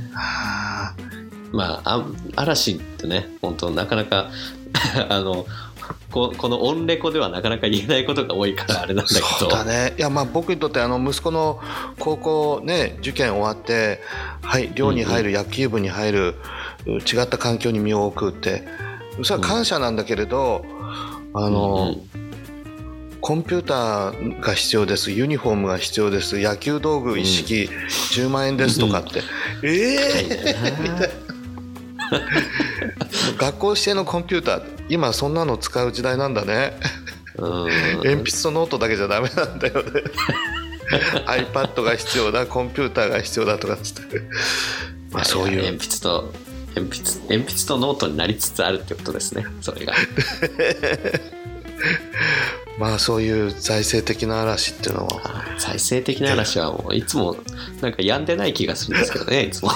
S1: まあ嵐ってね、本当なかなかこのオンレコではなかなか言えないことが多いからあれなんだけど。
S2: そうだね。いやまあ僕にとって息子の高校ね受験終わって、はい寮に入る、野球部に入る、違った環境に身を置くって、それは感謝なんだけれど、コンピューターが必要です、ユニフォームが必要です、野球道具一式10万円ですとかって、みたいな。学校指定のコンピューター、今そんなの使う時代なんだね。鉛筆とノートだけじゃダメなんだよね。iPad が必要だ、コンピューターが必要だとかっつって、まあそういう
S1: 鉛筆とノートになりつつあるってことですね、それが。
S2: まあそういう財政的な嵐っていうのは、
S1: 財政的な嵐はもういつもなんか止んでない気がするんですけどね、いつも。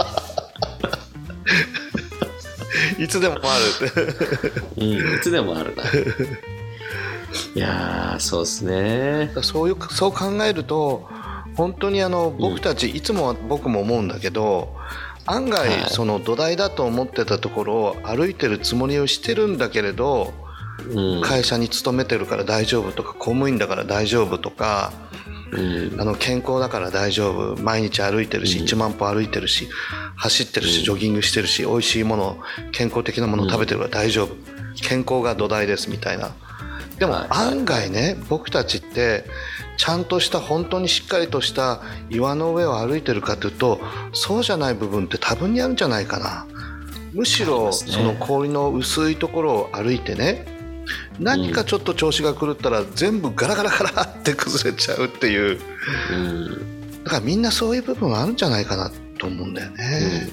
S2: いつでもあるって、
S1: いつでもあるな。いやそうですね。
S2: そう考えると本当に僕たち、いつも僕も思うんだけど、案外その土台だと思ってたところを歩いてるつもりをしてるんだけれど、会社に勤めてるから大丈夫とか、公務員だから大丈夫とか、健康だから大丈夫、毎日歩いてるし、1万歩歩いてるし、走ってるし、ジョギングしてるし、美味しいもの、健康的なものを食べてるから大丈夫、健康が土台ですみたいな。でも案外ね、僕たちってちゃんとした本当にしっかりとした岩の上を歩いてるかというと、そうじゃない部分って多分にあるんじゃないかな。むしろその氷の薄いところを歩いてね、何かちょっと調子が狂ったら全部ガラガラガラって崩れちゃうっていう、だからみんなそういう部分あるんじゃないかなと思うんだよね。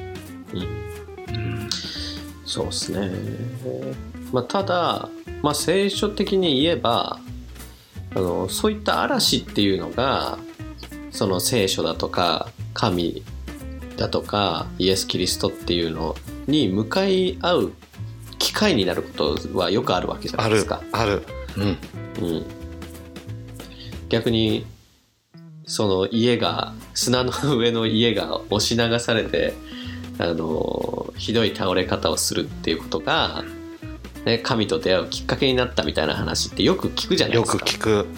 S1: そうですね。まあ、ただ、まあ、聖書的に言えばそういった嵐っていうのがその聖書だとか神だとかイエス・キリストっていうのに向かい合う機会になることはよくあるわけじゃないですか。
S2: ある。
S1: 逆にその砂の上の家が押し流されてひどい倒れ方をするっていうことが、ね、神と出会うきっかけになったみたいな話ってよく聞くじゃないですか。
S2: よく聞く。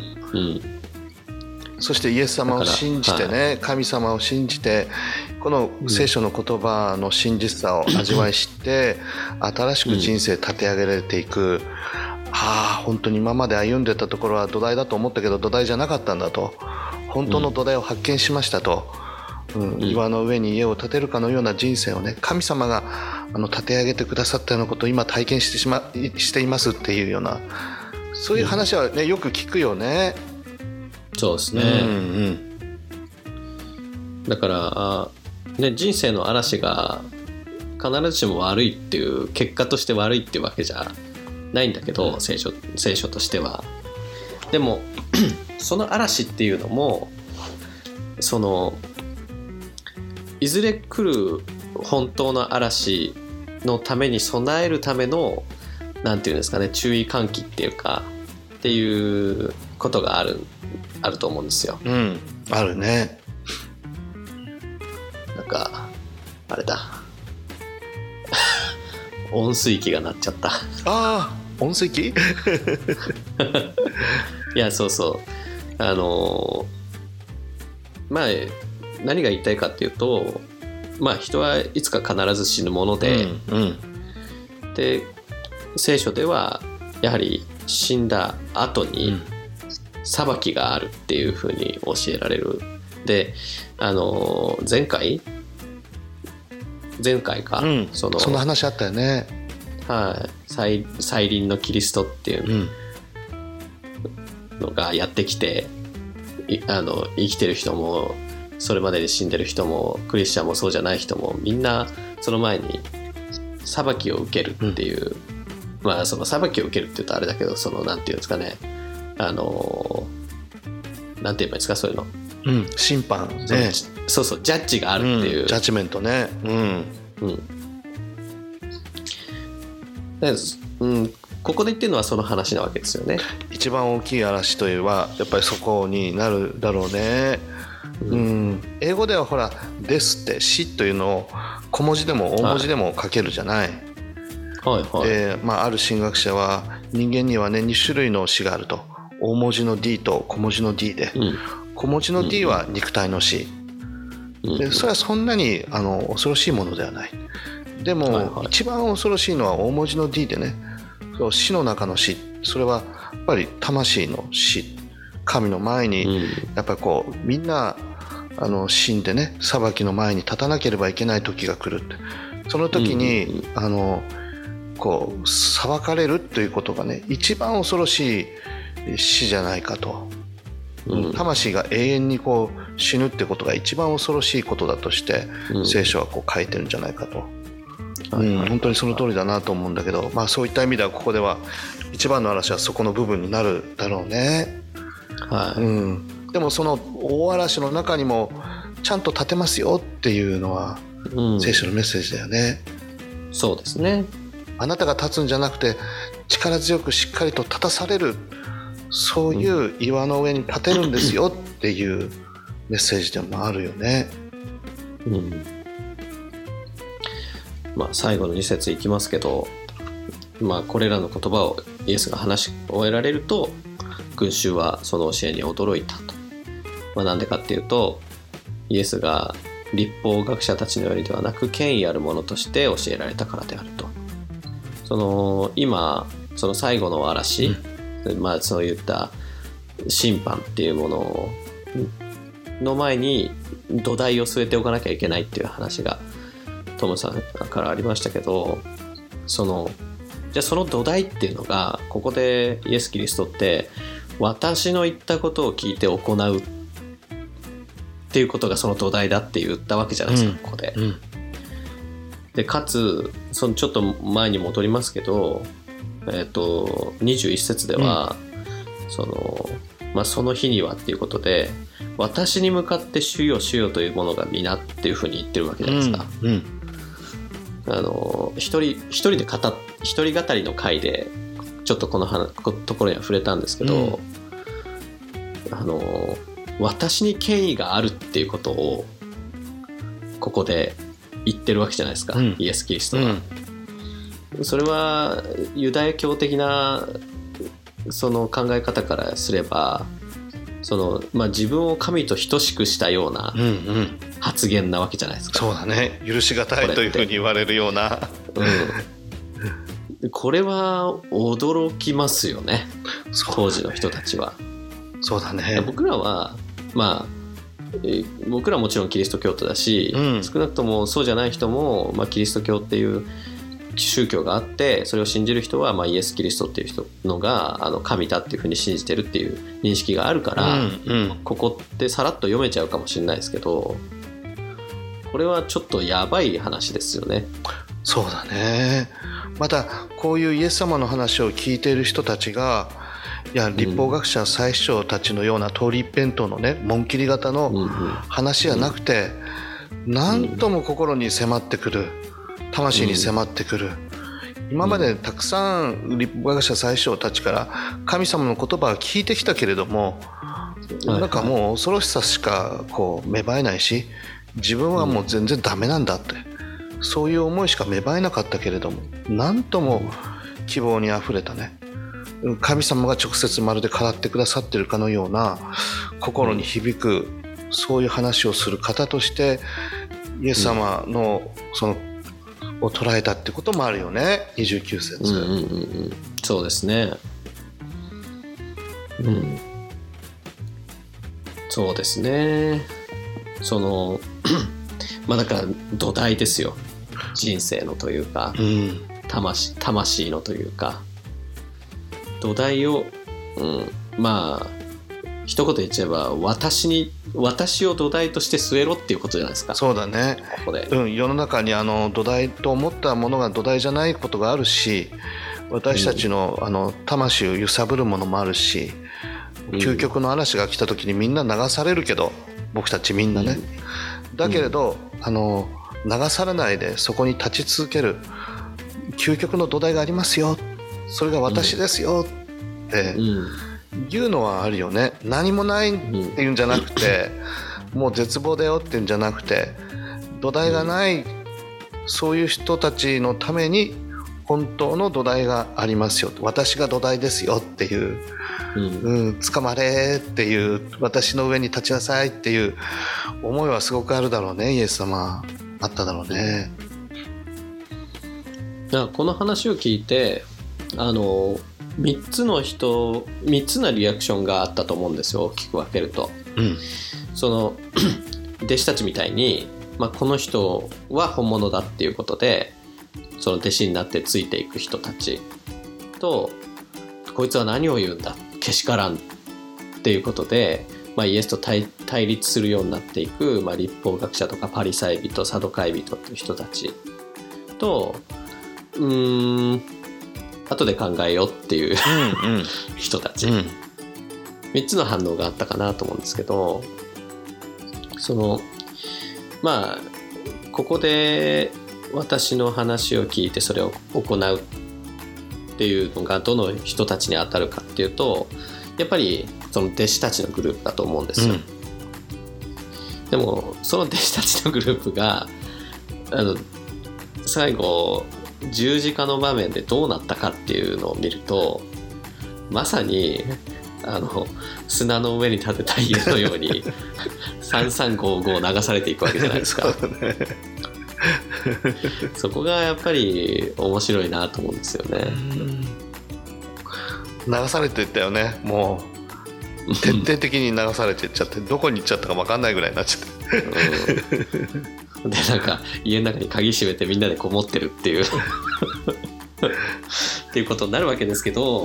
S2: そしてイエス様を信じてね、神様を信じてこの聖書の言葉の真実さを味わい知って新しく人生立て上げられていく。本当に今まで歩んでたところは土台だと思ったけど土台じゃなかったんだと、本当の土台を発見しましたと、岩の上に家を建てるかのような人生をね、神様が立て上げてくださったようなことを今体験していますっていうような、そういう話はね、よく聞くよね。
S1: そうですね。だから、ね、人生の嵐が必ずしも悪いっていう結果として悪いっていうわけじゃないんだけど、聖書としては。でもその嵐っていうのもいずれ来る本当の嵐のために備えるためのなんていうんですかね、注意喚起っていうかっていうことがあると思うんですよ。
S2: あるね。
S1: なんかあれだ温水器が鳴っちゃった。
S2: 温水器
S1: いやそうまあ何が言いたいかっていうと、まあ人はいつか必ず死ぬもので、で聖書ではやはり死んだ後に裁きがあるっていうふうに教えられる。で前回か、
S2: その話あったよね。
S1: はい、再臨のキリストっていうのがやってきて、生きてる人もそれまでに死んでる人もクリスチャンもそうじゃない人もみんなその前に裁きを受けるっていう、まあその裁きを受けるって言うとあれだけど、そのなんていうんですかね、なんて言えばいいですか、そういうの、
S2: 審判ね、
S1: そうジャッジがあるっていう、
S2: ジャッジメントね、
S1: ここで言ってるのはその話なわけですよね。
S2: 一番大きい嵐といえばやっぱりそこになるだろうね。英語ではほらデスって死というのを小文字でも大文字でも書けるじゃない。で、ある神学者は人間にはね2種類の死があると。大文字の D と小文字の D で、小文字の D は肉体の死、でそれはそんなに恐ろしいものではない。でも、一番恐ろしいのは大文字の D でね、死の中の死、それはやっぱり魂の死、神の前にやっぱりこうみんな死んでね、裁きの前に立たなければいけない時が来るって。その時にこう裁かれるということがね一番恐ろしい死じゃないかと。魂が永遠にこう死ぬってことが一番恐ろしいことだとして聖書はこう書いてるんじゃないかと。本当にその通りだなと思うんだけど、そういった意味ではここでは一番の嵐はそこの部分になるだろうね。でもその大嵐の中にもちゃんと立てますよっていうのは聖書のメッセージだよね。
S1: そうですね。
S2: あなたが立つんじゃなくて力強くしっかりと立たされる、そういう岩の上に立てるんですよっていうメッセージでもあるよね。
S1: 最後の2節いきますけど、これらの言葉をイエスが話し終えられると群衆はその教えに驚いたと。なんでかっていうと、イエスが律法学者たちのよりではなく権威あるものとして教えられたからであると。今その最後の嵐、そういった審判っていうものの前に土台を据えておかなきゃいけないっていう話がトムさんからありましたけど、じゃあその土台っていうのが、ここでイエス・キリストって私の言ったことを聞いて行うっていうことがその土台だって言ったわけじゃないですか、ここで。でかつちょっと前に戻りますけど、21節では、その日にはっていうことで、私に向かって主よ主よというものが皆っていうふうに言ってるわけじゃないですか。一人語りの回でちょっとこのところには触れたんですけど、私に権威があるっていうことをここで言ってるわけじゃないですか、イエス・キリストは。それはユダヤ教的なその考え方からすれば、自分を神と等しくしたような発言なわけじゃないですか。
S2: そうだね、許しがたいというふうに言われるような、
S1: これは驚きますよね、当時の人たちは。
S2: そうだね。
S1: 僕らは僕らはもちろんキリスト教徒だし、少なくともそうじゃない人も、キリスト教っていう宗教があって、それを信じる人は、イエス・キリストっていう人のが神だっていうふうに信じてるっていう認識があるから、ここってさらっと読めちゃうかもしれないですけど、これはちょっとやばい話ですよね。
S2: そうだね。またこういうイエス様の話を聞いている人たちが、いや律法学者最首長たちのような通り一辺倒のね紋切り型の話じゃなくて、なんとも心に迫ってくる、魂に迫ってくる。今までたくさん律法学者最首長たちから神様の言葉を聞いてきたけれども、なんかもう恐ろしさしかこう芽生えないし、自分はもう全然ダメなんだって、そういう思いしか芽生えなかったけれども、なんとも希望にあふれたね、神様が直接まるで語ってくださっているかのような心に響く、 そういう話をする方としてイエス様のそのを捉えたってこともあるよね。29節、
S1: そうですね。そうですね。そのまあだから土台ですよ。人生のというか、魂のというか土台を、まあ一言言っちゃえば私を土台として据えろっていうことじゃないですか。
S2: そうだね。
S1: ここで、
S2: 世の中に土台と思ったものが土台じゃないことがあるし、私たちの、魂を揺さぶるものもあるし、究極の嵐が来た時にみんな流されるけど、僕たちみんなね、だけれど、流されないでそこに立ち続ける究極の土台がありますよ、それが私ですよっていうのはあるよね。何もないっていうんじゃなくて、もう絶望だよっていうんじゃなくて、土台がないそういう人たちのために本当の土台がありますよ、私が土台ですよっていう、捕まれっていう、私の上に立ちなさいっていう思いはすごくあるだろうね。イエス様あっただろうね。
S1: この話を聞いて3つのリアクションがあったと思うんですよ、大きく分けると。その弟子たちみたいに、この人は本物だっていうことでその弟子になってついていく人たちと、こいつは何を言うんだけしからんっていうことで、イエスと対立するようになっていく、律法学者とかパリサイ人、サドカイ人っていう人たちと、後で考えようっていう人たち、3つの反応があったかなと思うんですけど、ここで私の話を聞いてそれを行うっていうのがどの人たちに当たるかっていうと、やっぱりその弟子たちのグループだと思うんですよ。でもその弟子たちのグループが最後十字架の場面でどうなったかっていうのを見ると、まさに砂の上に立てた家のように3355流されていくわけじゃないですか。そこがやっぱり面白いなと思うんですよね。
S2: 流されていったよね。もう徹底的に流されていっちゃって、どこに行っちゃったか分かんないぐらいになっちゃって
S1: で家の中に鍵閉めてみんなでこもってるっていうっていうことになるわけですけど、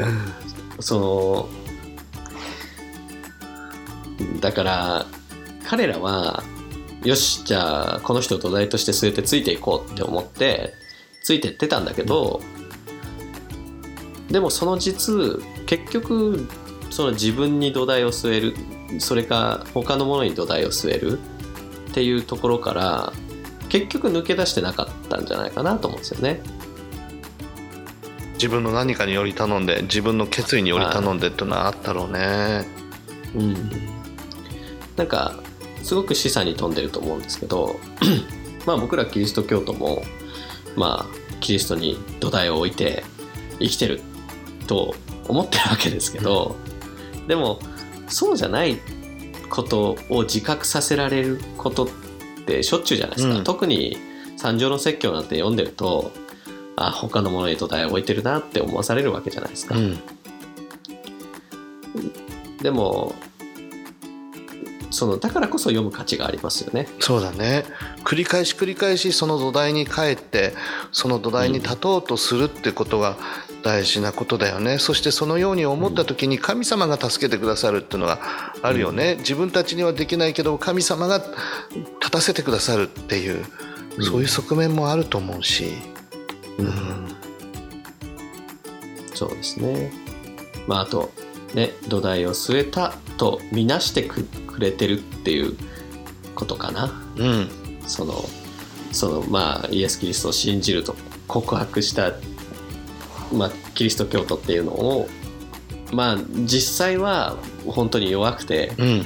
S1: だから彼らはよし、じゃあこの人を土台として据えてついていこうって思ってついてってたんだけど、でも結局その自分に土台を据える、それか他のものに土台を据えるっていうところから結局抜け出してなかったんじゃないかなと思うんですよね。
S2: 自分の何かにより頼んで、自分の決意により頼んでっていうのはあったろうね。
S1: すごく示唆に富んでると思うんですけど僕らキリスト教徒もキリストに土台を置いて生きてると思ってるわけですけど、でもそうじゃないことを自覚させられることってしょっちゅうじゃないですか。特に三条の説教なんて読んでると、他のものに土台を置いてるなって思わされるわけじゃないですか。でもだからこそ読む価値がありますよね。
S2: そうだね。繰り返しその土台に帰ってその土台に立とうとするってことが大事なことだよね。そしてそのように思った時に神様が助けてくださるっていうのがあるよね。自分たちにはできないけど神様が立たせてくださるっていう、そういう側面もあると思うし、
S1: そうですね。あとね、土台を据えたとみなしてくれてるっていうことかな。イエス・キリストを信じると告白した、キリスト教徒っていうのを実際は本当に弱くて、言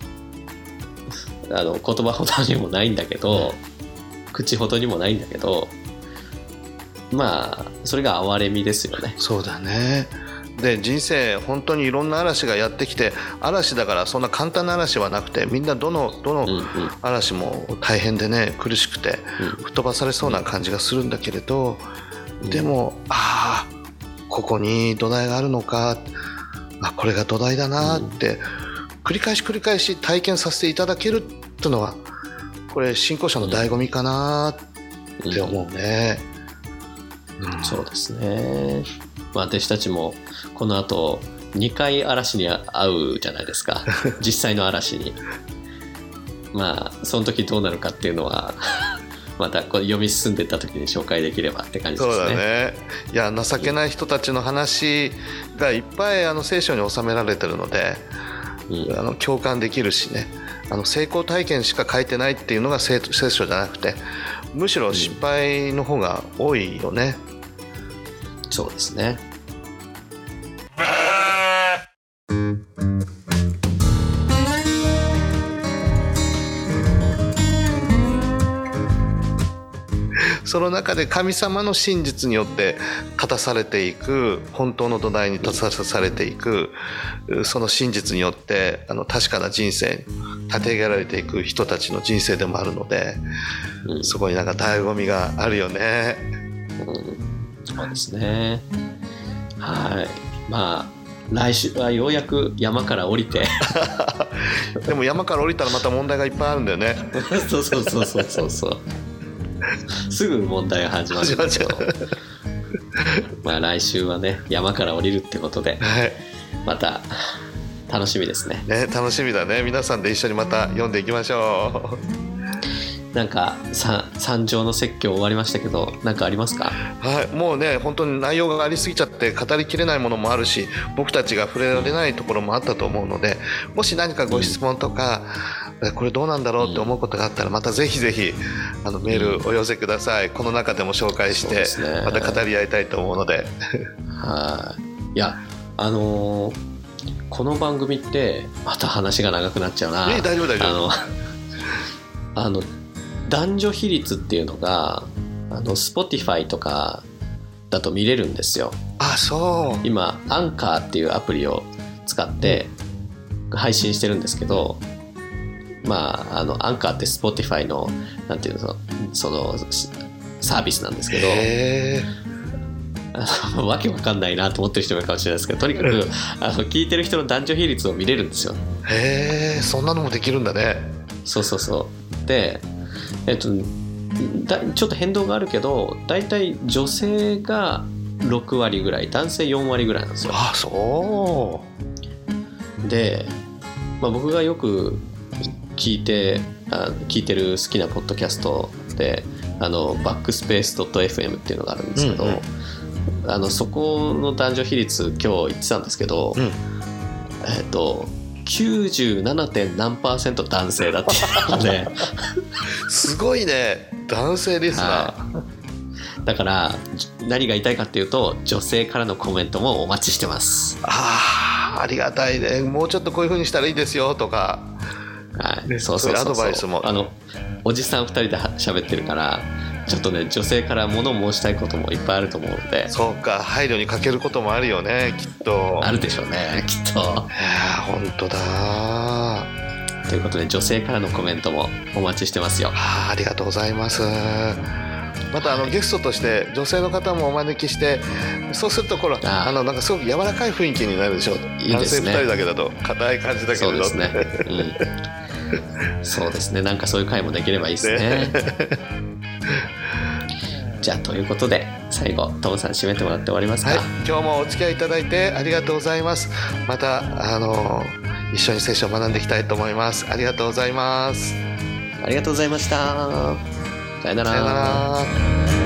S1: 葉ほどにもないんだけど、口ほどにもないんだけど、それが憐れみですよね。
S2: そうだね。 で人生本当にいろんな嵐がやってきて、嵐だからそんな簡単な嵐はなくて、みんなどの嵐も大変でね、苦しくて吹っ飛ばされそうな感じがするんだけれど、でもここに土台があるのか、これが土台だなって繰り返し体験させていただけるっていうのは、これ信仰者の醍醐味かなって思うね。
S1: そうですね。私たちもこの後2回嵐に会うじゃないですか実際の嵐に。その時どうなるかっていうのはまたこう読み進んでいった時に紹介できればって感じですね。
S2: そうだね。いや、情けない人たちの話がいっぱい聖書に収められてるので、共感できるしね、成功体験しか書いてないっていうのが聖書じゃなくて、むしろ失敗の方が多いよね。
S1: そうですね。
S2: その中で神様の真実によって立たされていく、本当の土台に立たされていく、その真実によって確かな人生に立て上げられていく人たちの人生でもあるので、そこになんか醍醐味があるよね。
S1: そうですね。はい。来週はようやく山から降りて
S2: でも山から降りたらまた問題がいっぱいあるんだよね
S1: そうすぐ問題が始まるんですけど来週はね、山から降りるってことで、また楽しみですね。
S2: 楽しみだね。皆さんで一緒にまた読んでいきましょう。
S1: なんか三条の説教終わりましたけど、何かありますか？
S2: もうね、本当に内容がありすぎちゃって語りきれないものもあるし、僕たちが触れられないところもあったと思うので、もし何かご質問とか、これどうなんだろうって思うことがあったら、またぜひぜひメールお寄せください。この中でも紹介して、また語り合いたいと思うので
S1: いや、この番組ってまた話が長くなっちゃうな。
S2: 大丈夫
S1: 男女比率っていうのがSpotify とかだと見れるんですよ。
S2: そう。
S1: 今アンカーっていうアプリを使って配信してるんですけど、アンカーって Spotify のなんていうの、そのサービスなんですけど、わけわかんないなと思ってる人もいるかもしれないですけど、とにかく聞いてる人の男女比率を見れるんですよ。
S2: そんなのもできるんだね。
S1: そうで、ちょっと変動があるけど、だいたい女性が6割ぐらい、男性4割ぐらいなんですよ。
S2: そう
S1: で、僕がよく聞いてる好きなポッドキャストでバックスペース .fm っていうのがあるんですけど、そこの男女比率今日言ってたんですけど、97. 何%男性だっていうのです
S2: ごいね、男性リスナ
S1: ー。だから何が言いたいかっていうと、女性からのコメントもお待ちしてます。
S2: ありがたいね。もうちょっとこういう風にしたらいいですよとか、そういうアドバイスも。
S1: おじさん2人で喋ってるから、ちょっとね、女性から物申したいこともいっぱいあると思うので。
S2: そうか、配慮に欠けることもあるよね、きっと。
S1: あるでしょうね、きっと。
S2: 本当だ。
S1: ということで、女性からのコメントもお待ちしてますよ。
S2: ありがとうございます。またゲストとして女性の方もお招きして、そうするとなんかすごく柔らかい雰囲気になるでしょう。
S1: いいですね。
S2: 男性2人だけだと硬い感じだけど。
S1: そうですね。そうですね。なんかそういう回もできればいいですね。じゃあ、ということで最後トムさん締めてもらって終わりますか。
S2: 今日もお付き合いいただいてありがとうございます。また一緒に聖書を学んでいきたいと思います。ありがとうございます。
S1: ありがとうございました。さよなら。
S2: さよなら。